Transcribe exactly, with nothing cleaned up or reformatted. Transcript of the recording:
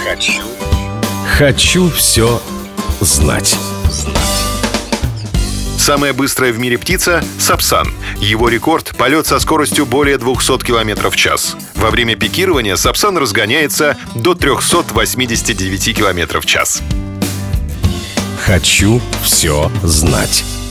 Хочу. Хочу все знать. Самая быстрая в мире птица — сапсан. Его рекорд — полет со скоростью более двухсот километров в час. Во время пикирования сапсан разгоняется до трехсот восьмидесяти девяти километров в час. Хочу все знать.